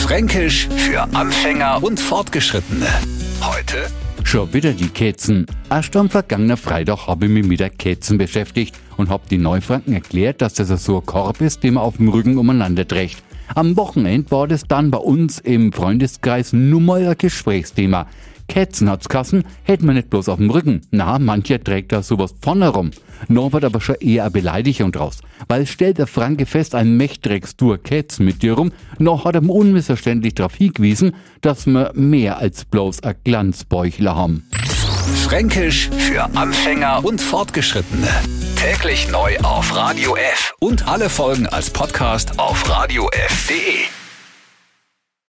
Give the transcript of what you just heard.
Fränkisch für Anfänger und Fortgeschrittene. Heute schon wieder die Kätzen. Erst am vergangenen Freitag habe ich mich mit der Kätzen beschäftigt und habe die Neufranken erklärt, dass das so ein Korb ist, den man auf dem Rücken umeinander trägt. Am Wochenende war das dann bei uns im Freundeskreis nur mal ein Gesprächsthema. Kätzen hat's Kassen, hält man nicht bloß auf dem Rücken. Na, mancher trägt da sowas vorne rum. Noch wird aber schon eher eine Beleidigung draus. Weil stellt der Franke fest, ein Mächtreckst du Kätzen mit dir rum, noch hat er ihm unmissverständlich darauf hingewiesen, dass wir mehr als bloß ein Glanzbäuchler haben. Fränkisch für Anfänger und Fortgeschrittene. Täglich neu auf Radio F und alle Folgen als Podcast auf radiof.de.